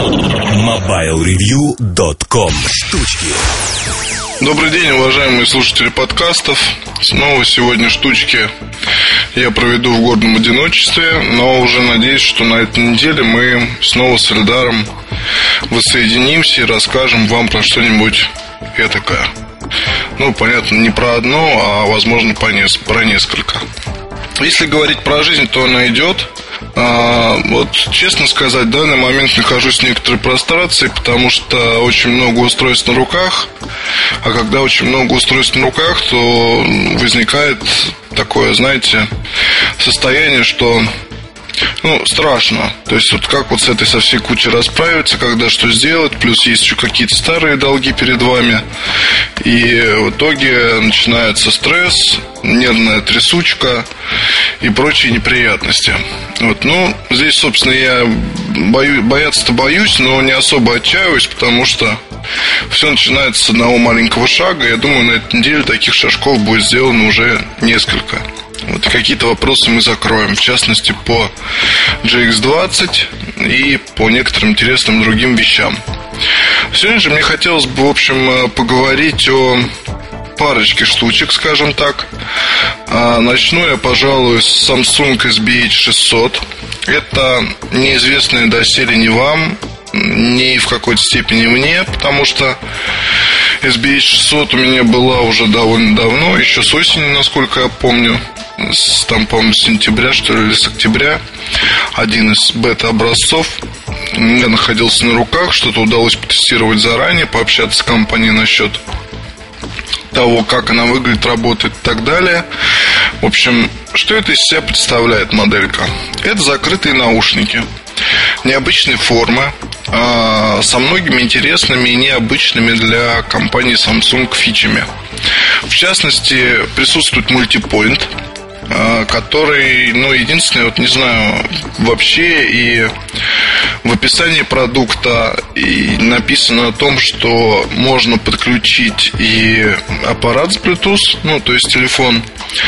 MobileReview.com. Штучки. Добрый день, уважаемые слушатели подкастов. Снова сегодня штучки я проведу в гордом одиночестве, но уже надеюсь, что на этой неделе мы снова с Эльдаром воссоединимся и расскажем вам про что-нибудь этакое. Ну, понятно, не про одно, а возможно про несколько. Если говорить про жизнь, то она идет. Вот, честно сказать, в данный момент нахожусь в некоторой прострации, потому что очень много устройств на руках. А когда очень много устройств на руках, то возникает такое, знаете, состояние, что страшно. То есть вот как вот с этой со всей кучей расправиться, когда что сделать, плюс есть еще какие-то старые долги перед вами. И в итоге начинается стресс, нервная трясучка и прочие неприятности. Вот, здесь, собственно, я бояться-то боюсь, но не особо отчаиваюсь, потому что все начинается с одного маленького шага. Я думаю, на этой неделе таких шажков будет сделано уже несколько. Вот, и какие-то вопросы мы закроем, в частности, по GX20 и по некоторым интересным другим вещам. Сегодня же мне хотелось бы, в общем, поговорить о парочке штучек, скажем так. Начну я, пожалуй, с Samsung SB600. Это неизвестное доселе ни вам, ни в какой-то степени мне, потому что SB600 у меня была уже довольно давно, еще с осени, насколько я помню. По-моему, с сентября, что ли, или с октября. Один из бета-образцов у меня находился на руках. Что-то удалось потестировать заранее, пообщаться с компанией насчет того, как она выглядит, работает и так далее. В общем, что это из себя представляет моделька? Это закрытые наушники необычной формы, со многими интересными и необычными для компании Samsung фичами. В частности, присутствует мультипоинт, который, единственное, не знаю, вообще и в описании продукта и написано о том, что можно подключить и аппарат с Bluetooth, то есть телефон,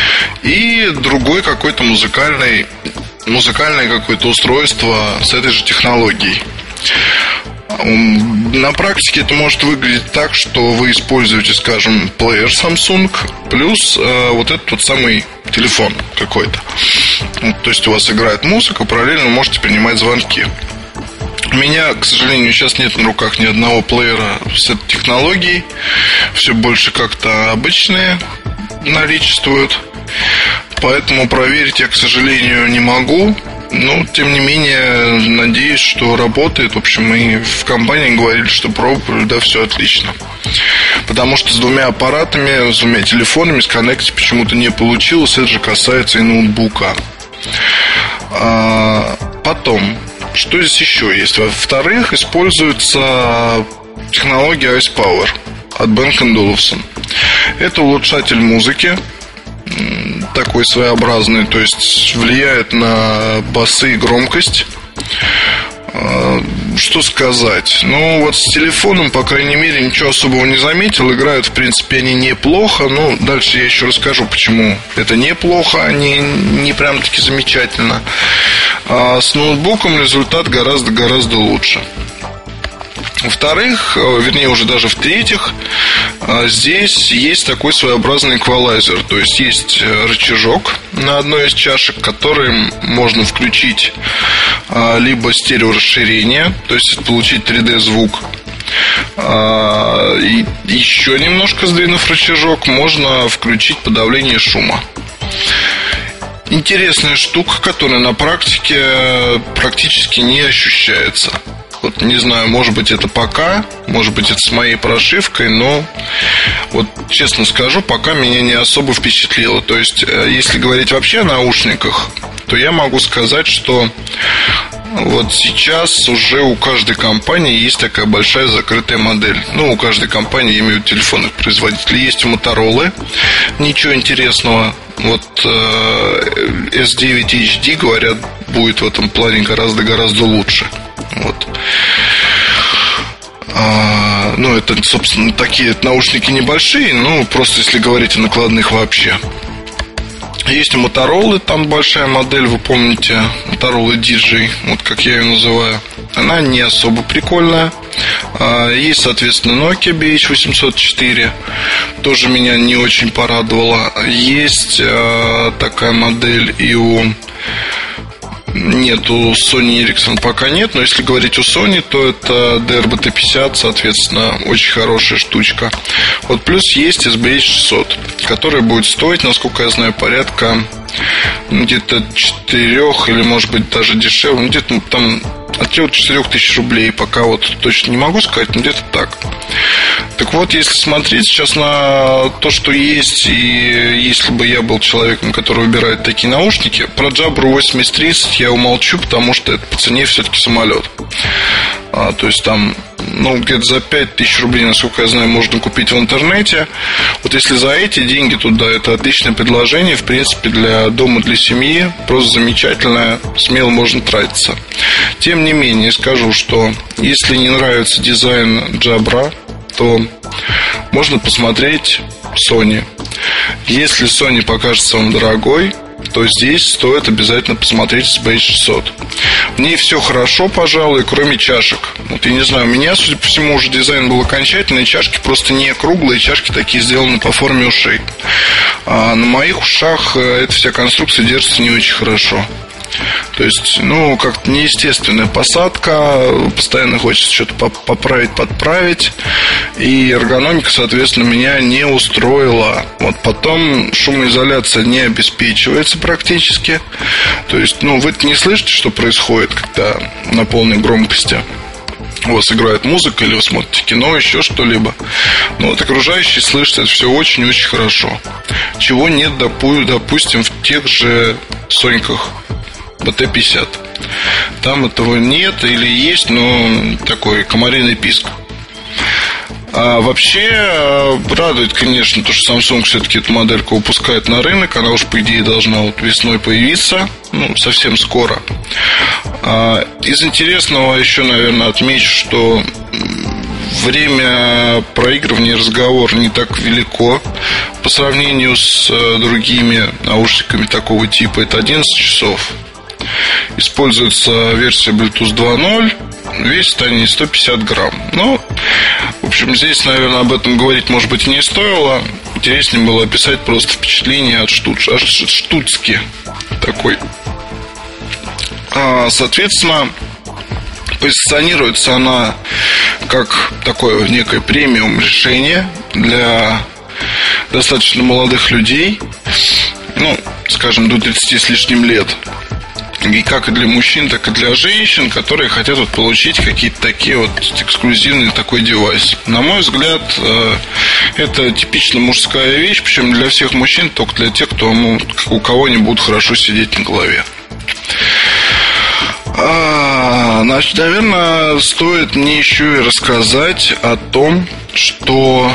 и другой какой-то музыкальное какое-то устройство с этой же технологией. На практике это может выглядеть так, что вы используете, скажем, плеер Samsung плюс вот этот вот самый телефон какой-то. То есть у вас играет музыка, параллельно вы можете принимать звонки. У меня, к сожалению, сейчас нет на руках ни одного плеера с этой технологией. Все больше как-то обычные наличествуют. Поэтому проверить я, к сожалению, не могу. Но, тем не менее, надеюсь, что работает. В общем, мы в компании говорили, что пробовали, да, все отлично. Потому что с двумя аппаратами, с двумя телефонами сконнектить почему-то не получилось. Это же касается и ноутбука. Потом, что здесь еще есть? Во-вторых, используется технология Ice Power от Bang & Olufsen. Это улучшатель музыки, такой своеобразный, то есть влияет на басы и громкость. Что сказать? Вот с телефоном, по крайней мере, ничего особого не заметил. Играют, в принципе, они неплохо. Дальше я еще расскажу, почему это неплохо, а не прям-таки замечательно. А с ноутбуком результат гораздо лучше. Во-вторых, вернее уже даже в-третьих, здесь есть такой своеобразный эквалайзер. То есть есть рычажок на одной из чашек, который можно включить либо стереорасширение, то есть получить 3D звук. И еще немножко сдвинув рычажок, можно включить подавление шума. Интересная штука, которая на практике практически не ощущается. Вот не знаю, может быть это пока, может быть это с моей прошивкой, но вот честно скажу, пока меня не особо впечатлило. То есть, если говорить вообще о наушниках, то я могу сказать, что вот сейчас уже у каждой компании есть такая большая закрытая модель. У каждой компании, я имею в виду телефонных производителей, есть у Motorola, ничего интересного. Вот S9 HD, говорят, будет в этом плане гораздо лучше. Вот. Это, собственно, такие наушники небольшие, просто если говорить о накладных вообще. Есть у Motorola, там большая модель, вы помните, Motorola DJ, вот как я ее называю. Она не особо прикольная. Есть, соответственно, Nokia BH804, тоже меня не очень порадовала. Есть такая модель и у... Нет, у Sony Ericsson пока нет, но если говорить у Sony, то это DRB-T50, соответственно, очень хорошая штучка. Вот плюс есть SBH600, которая будет стоить, насколько я знаю, порядка где-то 4 или, может быть, даже дешевле, где-то там от 4 тысяч рублей, пока вот точно не могу сказать, но где-то так. Так вот, если смотреть сейчас на то, что есть, и если бы я был человеком, который выбирает такие наушники, про Jabra 8030 я умолчу, потому что это по цене все-таки самолет. То есть там, где-то за 5000 рублей, насколько я знаю, можно купить в интернете. Вот если за эти деньги туда, это отличное предложение, в принципе, для дома, для семьи, просто замечательное, смело можно тратиться. Тем не менее, скажу, что если не нравится дизайн Jabra, то можно посмотреть Sony. Если Sony покажется вам дорогой, то здесь стоит обязательно посмотреть SBH600. В ней все хорошо, пожалуй, кроме чашек. Вот я не знаю, у меня, судя по всему, уже дизайн был окончательный. Чашки просто не круглые, чашки такие сделаны по форме ушей. А на моих ушах эта вся конструкция держится не очень хорошо. То есть, как-то неестественная посадка, постоянно хочется что-то поправить, подправить. И эргономика, соответственно, меня не устроила. Вот потом шумоизоляция не обеспечивается практически. То есть, вы не слышите, что происходит, когда на полной громкости у вас играет музыка, или вы смотрите кино, еще что-либо. Но вот окружающие слышат это все очень-очень хорошо. Чего нет, допустим, в тех же Соньках BT50. Там этого нет или есть, но такой комариный писк. А вообще радует, конечно, то, что Samsung все-таки эту модельку выпускает на рынок. Она уж, по идее, должна весной появиться. Совсем скоро. Из интересного еще, наверное, отмечу, что время проигрывания разговора не так велико по сравнению с другими наушниками такого типа. Это 11 часов. Используется версия Bluetooth 2.0. Весят они 150 грамм. В общем, здесь, наверное, об этом говорить, может быть, и не стоило. Интереснее было описать просто впечатление от штуцки такой. Соответственно, позиционируется она как такое некое премиум решение для достаточно молодых людей, скажем, до 30 с лишним лет. И как и для мужчин, так и для женщин, которые хотят получить какие-то такие эксклюзивный такой девайс. На мой взгляд, это типично мужская вещь, причем для всех мужчин, только для тех, у кого они будут хорошо сидеть на голове. Значит, наверное, стоит мне еще и рассказать о том, что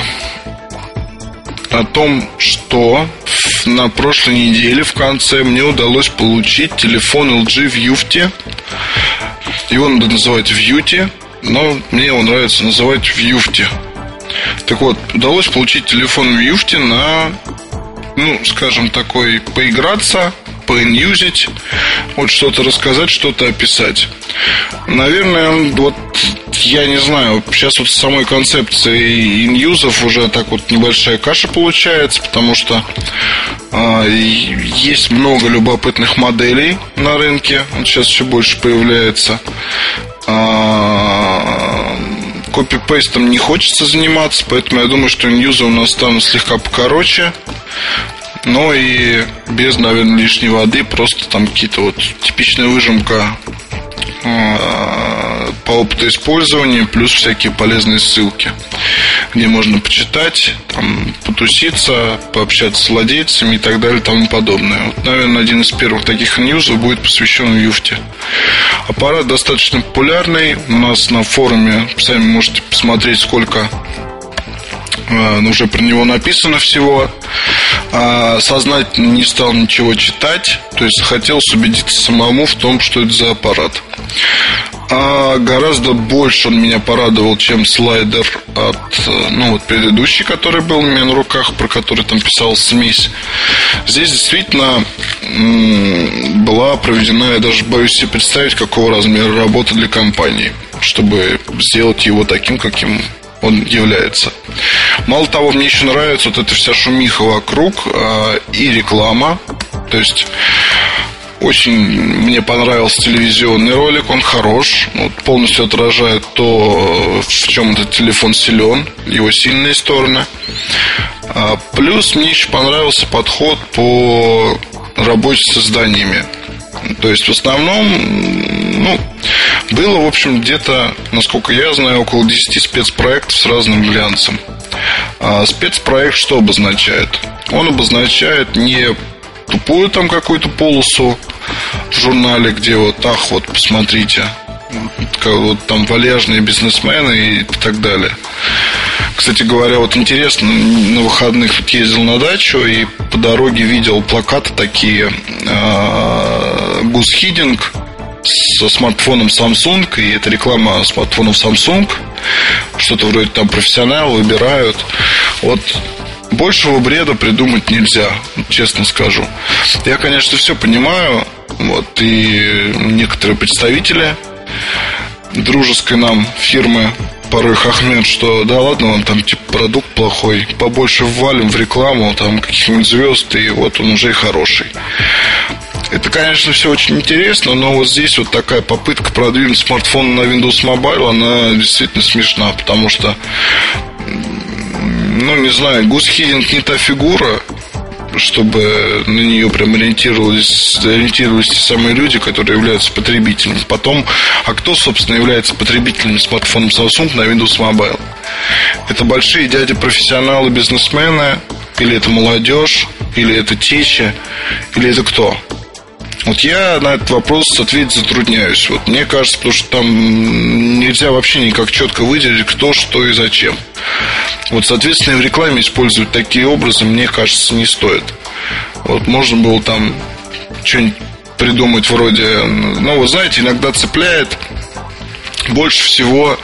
на прошлой неделе в конце мне удалось получить телефон LG Vufti. Его надо называть Vufti, но мне его нравится называть Vufti. Так вот, удалось получить телефон Vufti на, скажем, такой поиграться, поинюзить, что-то рассказать, что-то описать. Наверное, я не знаю, сейчас с самой концепцией иньюзов уже так небольшая каша получается, потому что есть много любопытных моделей на рынке, сейчас все больше появляется. Копипейстом не хочется заниматься, поэтому я думаю, что иньюзы у нас станут слегка покороче. Но и без, наверное, лишней воды. Просто там какие-то типичная выжимка по опыту использования, плюс всякие полезные ссылки, где можно почитать, потуситься, пообщаться с владельцами и так далее и тому подобное. Наверное, один из первых таких ньюсов будет посвящен Vufti. Аппарат достаточно популярный. У нас на форуме сами можете посмотреть, сколько уже про него написано всего. Сознательно не стал ничего читать. То есть захотелось убедиться самому в том, что это за аппарат. гораздо больше он меня порадовал, чем слайдер от предыдущий, который был у меня на руках, про который там писал смесь. Здесь действительно была проведена, я даже боюсь себе представить, какого размера работа для компании, чтобы сделать его таким, каким он является. Мало того, мне еще нравится вот эта вся шумиха вокруг и реклама. То есть очень мне понравился телевизионный ролик, он хорош, полностью отражает то, в чем этот телефон силен, его сильные стороны. Плюс мне еще понравился подход по работе со зданиями. То есть в основном, было, в общем, где-то, насколько я знаю, около 10 спецпроектов с разным глянцем. Спецпроект что обозначает? Он обозначает не тупую там какую-то полосу в журнале, где посмотрите, вот там вальяжные бизнесмены и так далее. Кстати говоря, интересно, на выходных ездил на дачу и по дороге видел плакаты такие Goose Hiding со смартфоном Samsung, и это реклама смартфонов Samsung. Что-то вроде там профессионалы выбирают. Большего бреда придумать нельзя, честно скажу. Я, конечно, все понимаю. И некоторые представители дружеской нам фирмы порой хохмят, что да ладно, вам там продукт плохой, побольше ввалим в рекламу там каких-нибудь звезд, и он уже и хороший. Это, конечно, все очень интересно, но здесь такая попытка продвинуть смартфон на Windows Mobile, она действительно смешна, потому что, не знаю, Goose Hiding не та фигура, чтобы на нее прям ориентировались те самые люди, которые являются потребителями. Потом, кто, собственно, является потребителем смартфона Samsung на Windows Mobile? Это большие дяди-профессионалы, бизнесмены, или это молодежь, или это течи, или это кто? Я на этот вопрос ответить затрудняюсь. Мне кажется, потому что там нельзя вообще никак четко выделить, кто, что и зачем. Соответственно, и в рекламе использовать такие образы, мне кажется, не стоит. Можно было там что-нибудь придумать вроде... вы знаете, иногда цепляет больше всего,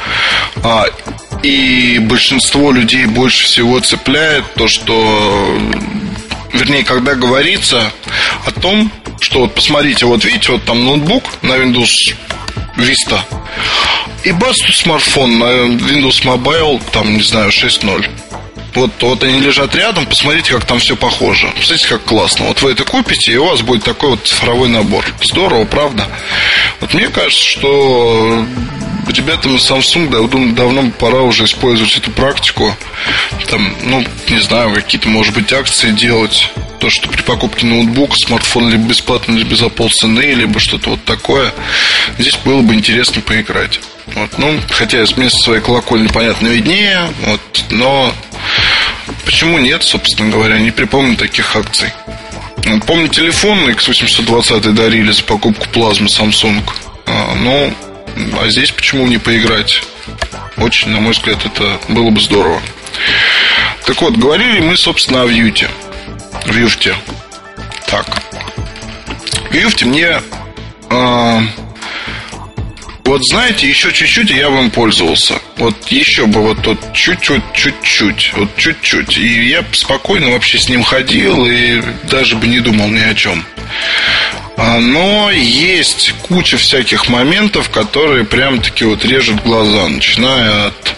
и большинство людей больше всего цепляет то, что... Вернее, когда говорится о том, что посмотрите, видите, там ноутбук на Windows Vista, и бац, тут смартфон на Windows Mobile, там, не знаю, 6.0. Они лежат рядом, посмотрите, как там все похоже. Представляете, как классно. Вы это купите, и у вас будет такой цифровой набор. Здорово, правда? Мне кажется, что ребятам из Samsung давно пора уже использовать эту практику. Там, не знаю, какие-то, может быть, акции делать. То, что при покупке ноутбука смартфон либо бесплатно, либо за полцены, либо что-то такое. Здесь было бы интересно поиграть. Хотя с места своей колокольни, понятно, виднее. Но почему нет, собственно говоря, не припомню таких акций. Помню, телефон X820 дарили за покупку плазмы Samsung. А здесь почему не поиграть? Очень, на мой взгляд, это было бы здорово. Так говорили мы, собственно, о Вьюте. Так. В Вьюте мне... знаете, еще чуть-чуть, и я бы им пользовался. Еще бы чуть-чуть. И я спокойно вообще с ним ходил и даже бы не думал ни о чем. Но есть куча всяких моментов, которые прям-таки режут глаза, начиная от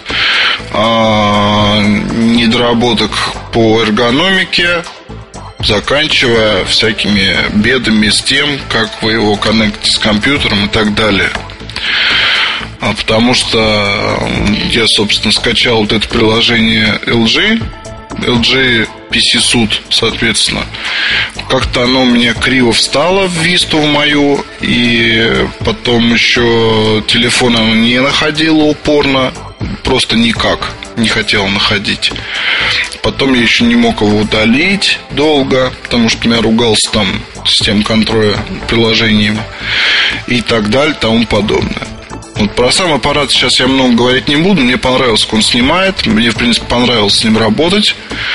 недоработок по эргономике, заканчивая всякими бедами с тем, как вы его коннектите с компьютером и так далее. Потому что я, собственно, скачал это приложение LG PC Suite, соответственно. Как-то оно у меня криво встало в Висту в мою, и потом еще телефон оно не находило упорно, просто никак не хотел находить. Потом я еще не мог его удалить долго, потому что меня ругался там система контроля приложениями и так далее, тому подобное. Про сам аппарат сейчас я много говорить не буду. Мне понравилось, как он снимает. Мне, в принципе, понравилось с ним работать.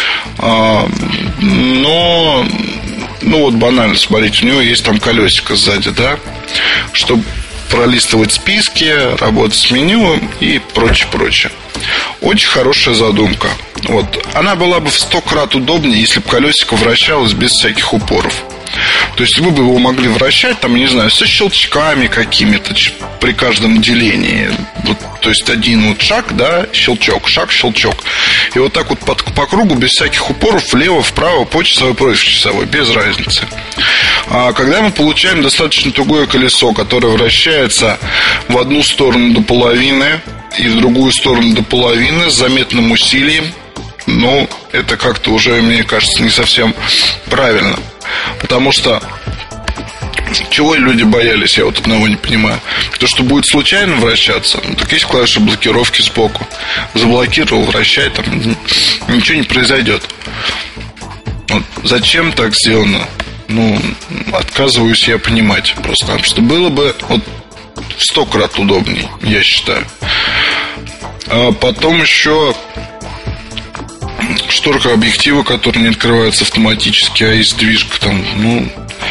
Но банально, смотрите, у него есть там колесико сзади, да. Чтобы пролистывать списки, работать с меню и прочее. Очень хорошая задумка. Вот. Она была бы в 100 крат удобнее, если бы колесико вращалось без всяких упоров. То есть вы бы его могли вращать, там, не знаю, со щелчками какими-то при каждом делении. Вот, то есть один вот шаг, да, щелчок, шаг, щелчок. И вот так вот по кругу, без всяких упоров, влево, вправо, по часовой, против часовой, без разницы. А когда мы получаем достаточно тугое колесо, которое вращается в одну сторону до половины и в другую сторону до половины с заметным усилием, ну, это как-то уже, мне кажется, не совсем правильно. Потому что чего люди боялись, я вот одного не понимаю. То, что будет случайно вращаться. Ну, так есть клавиша блокировки сбоку. Заблокировал, вращай, там ничего не произойдет. Вот. Зачем так сделано? Ну, отказываюсь я понимать. Просто потому что было бы вот в 100 крат удобней, я считаю. А потом еще шторка объектива, которая не открывается автоматически, а есть движка там, ну,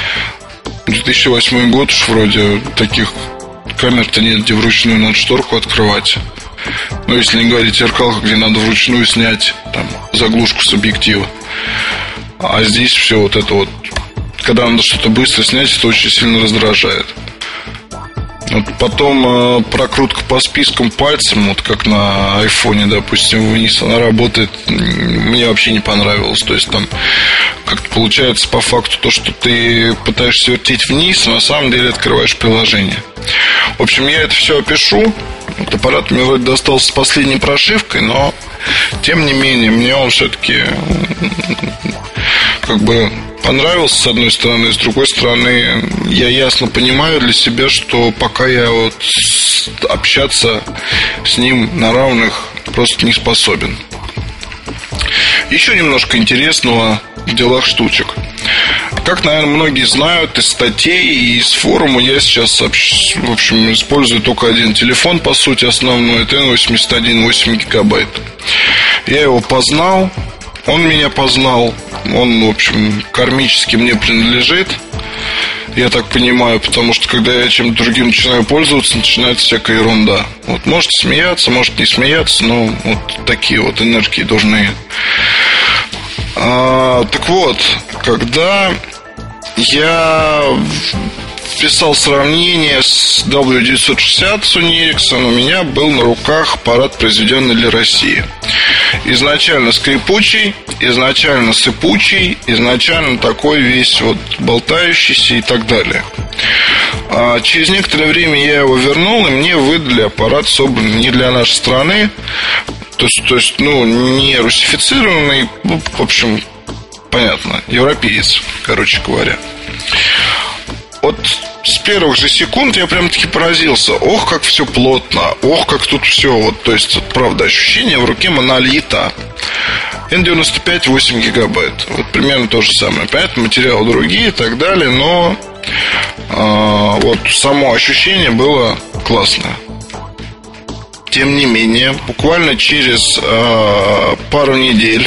2008 год уж вроде таких камер-то нет, где вручную надо шторку открывать. Но если не говорить о зеркалках, где надо вручную снять там заглушку с объектива. А здесь все вот это вот, когда надо что-то быстро снять, это очень сильно раздражает. Вот потом прокрутка по спискам пальцем, вот как на айфоне, допустим, вниз, она работает, мне вообще не понравилось. То есть там как-то получается по факту то, что ты пытаешься вертеть вниз, а на самом деле открываешь приложение. В общем, я это все опишу. Вот аппарат мне вроде достался с последней прошивкой, но тем не менее мне он все-таки как бы понравился, с одной стороны. С другой стороны, я ясно понимаю для себя, что пока я вот общаться с ним на равных просто не способен. Еще немножко интересного в делах штучек. Как, наверное, многие знают из статей и из форума, я сейчас, в общем, использую только один телефон, по сути, основной. Это N81 8 гигабайт. Я его познал. Он меня познал. Он, в общем, кармически мне принадлежит. Я так понимаю, потому что когда я чем-то другим начинаю пользоваться, начинается всякая ерунда. Вот можете смеяться, может не смеяться, но вот такие вот энергии должны. Так вот, когда я писал сравнение с W960 Sony Ericsson, у меня был на руках аппарат, произведенный для России. Изначально скрипучий, изначально сыпучий, изначально такой весь вот болтающийся и так далее. А через некоторое время я его вернул, и мне выдали аппарат, собранный не для нашей страны. То есть, ну, не русифицированный, ну, в общем, понятно, европеец, короче говоря. Вот с первых же секунд я прям-таки поразился. Ох, как все плотно, ох, как тут все. Вот, то есть, правда, ощущение в руке монолита. N95 8 гигабайт. Вот примерно то же самое. Понятно, материалы другие и так далее, но вот само ощущение было классное. Тем не менее, буквально через пару недель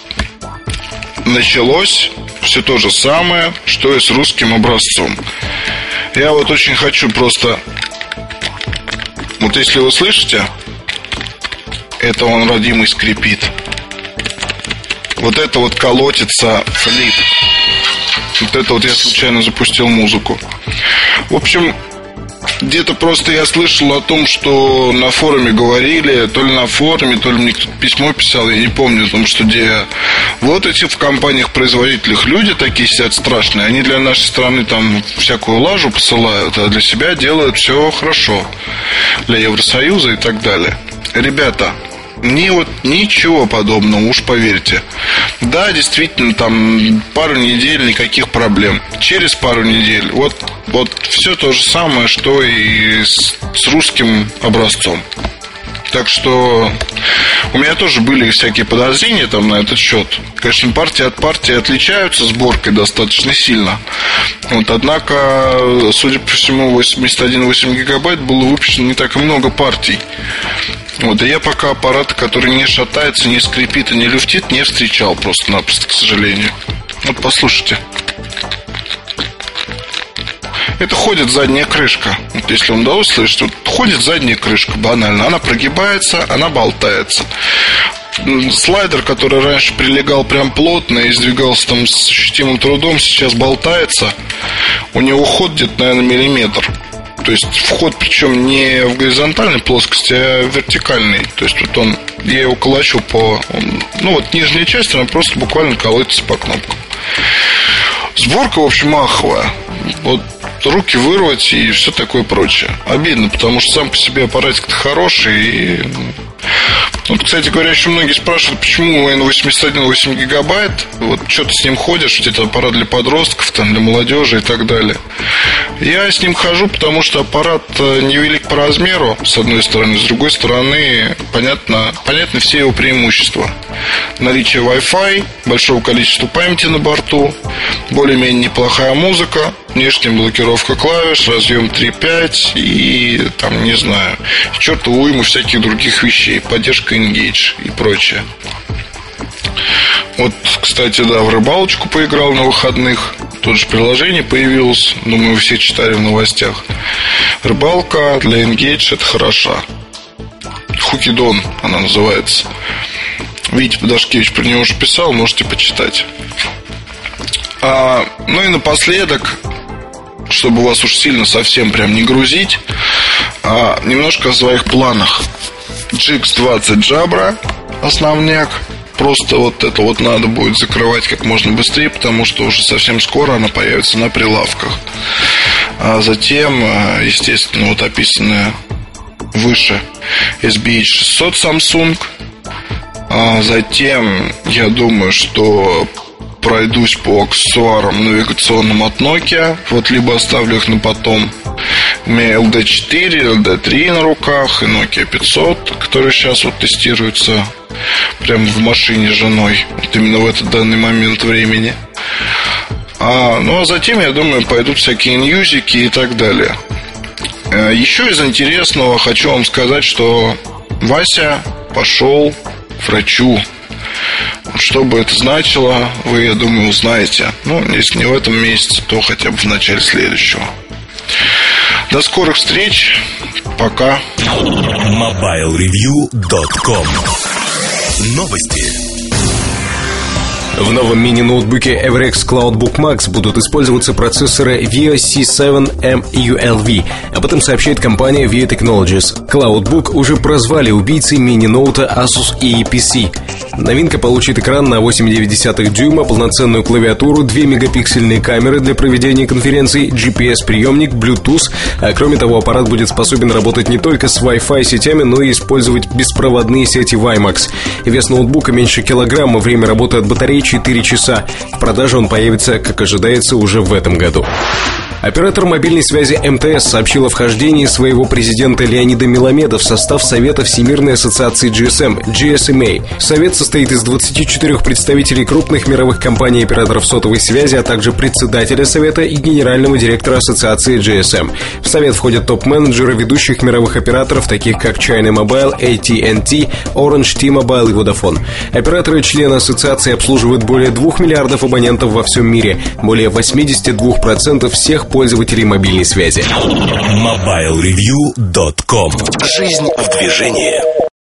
началось все то же самое, что и с русским образцом. Я вот очень хочу просто... Вот если вы слышите, это он, родимый, скрипит. Вот это вот колотится флип. Вот это вот я случайно запустил музыку. В общем, где-то просто я слышал о том, что на форуме говорили, то ли на форуме, то ли мне кто-то письмо писал, я не помню, о том, что где вот эти в компаниях-производителях люди такие сидят страшные, они для нашей страны там всякую лажу посылают, а для себя делают все хорошо, для Евросоюза и так далее. Ребята, мне вот ничего подобного, уж поверьте. Да, действительно, там пару недель никаких проблем. Через пару недель вот все то же самое, что и с русским образцом. Так что у меня тоже были всякие подозрения там на этот счет. Конечно, партии от партии отличаются сборкой достаточно сильно. Вот, однако, судя по всему, 81,8 гигабайт было выпущено не так и много партий. Вот, и я пока аппарата, который не шатается, не скрипит и не люфтит, не встречал просто-напросто, к сожалению. Вот послушайте. Это ходит задняя крышка. Вот если вам удалось слышать, вот ходит задняя крышка, банально. Она прогибается, она болтается. Слайдер, который раньше прилегал прям плотно и сдвигался там с ощутимым трудом, сейчас болтается. У него ход где-то, наверное, миллиметр. То есть вход, причем не в горизонтальной плоскости, а вертикальный. То есть вот он, я его колочу по... Ну вот нижняя часть, она просто буквально колотится по кнопкам. Сборка, в общем, аховая. Вот руки вырвать и все такое прочее. Обидно, потому что сам по себе аппаратик-то хороший. И... Вот, кстати говоря, еще многие спрашивают, почему у N81 8 гигабайт. Вот что ты с ним ходишь, ведь это аппарат для подростков, там, для молодежи и так далее. Я с ним хожу, потому что аппарат невелик по размеру, с одной стороны. С другой стороны, понятны все его преимущества. Наличие Wi-Fi, большого количества памяти на борту, более-менее неплохая музыка, внешняя блокировка клавиш, разъем 3.5 и, там, не знаю, чертову уйму всяких других вещей, поддержка Engage и прочее. Вот, кстати, да, в рыбалочку поиграл на выходных. Тут же приложение появилось, думаю, вы все читали в новостях. Рыбалка для Engage — это хороша. Хукидон она называется. Витя Подашкевич про него уже писал, можете почитать. Ну и напоследок, чтобы вас уж сильно совсем прям не грузить, немножко о своих планах. GX20 Jabra, основняк. Просто вот это вот надо будет закрывать как можно быстрее, потому что уже совсем скоро она появится на прилавках. А затем, естественно, вот описанная выше SBH600 Samsung. А затем, я думаю, что пройдусь по аксессуарам навигационным от Nokia. Вот либо оставлю их на потом. У меня LD4, LD3 на руках и Nokia 500, которые сейчас вот тестируются прямо в машине с женой. Вот именно в этот данный момент времени. Ну а затем, я думаю, пойдут всякие ньюзики и так далее. Еще из интересного хочу вам сказать, что Вася пошел к врачу. Что бы это значило, вы, я думаю, узнаете. Ну, если не в этом месяце, то хотя бы в начале следующего. До скорых встреч. Пока. MobileReview.com. Новости. В новом мини-ноутбуке Everex CloudBook Max будут использоваться процессоры Veo C7 MULV. Об этом сообщает компания Veo Technologies. CloudBook уже прозвали убийцей мини-ноута Asus EPC. Новинка получит экран на 8,9 дюйма, полноценную клавиатуру, 2 мегапиксельные камеры для проведения конференций, GPS-приемник, Bluetooth. А кроме того, аппарат будет способен работать не только с Wi-Fi сетями, но и использовать беспроводные сети WiMAX. Вес ноутбука меньше килограмма, время работы от батареи 4 часа. В продаже он появится, как ожидается, уже в этом году. Оператор мобильной связи МТС сообщил о вхождении своего президента Леонида Меламеда в состав Совета Всемирной ассоциации GSM, GSMA. Совет состоит из 24 представителей крупных мировых компаний операторов сотовой связи, а также председателя Совета и генерального директора ассоциации GSM. В Совет входят топ-менеджеры ведущих мировых операторов, таких как China Mobile, AT&T, Orange, T-Mobile и Vodafone. Операторы-члены ассоциации обслуживают более 2 миллиардов абонентов во всем мире, более 82% всех пользователей мобильной связи. MobileReview.com. Жизнь в движении.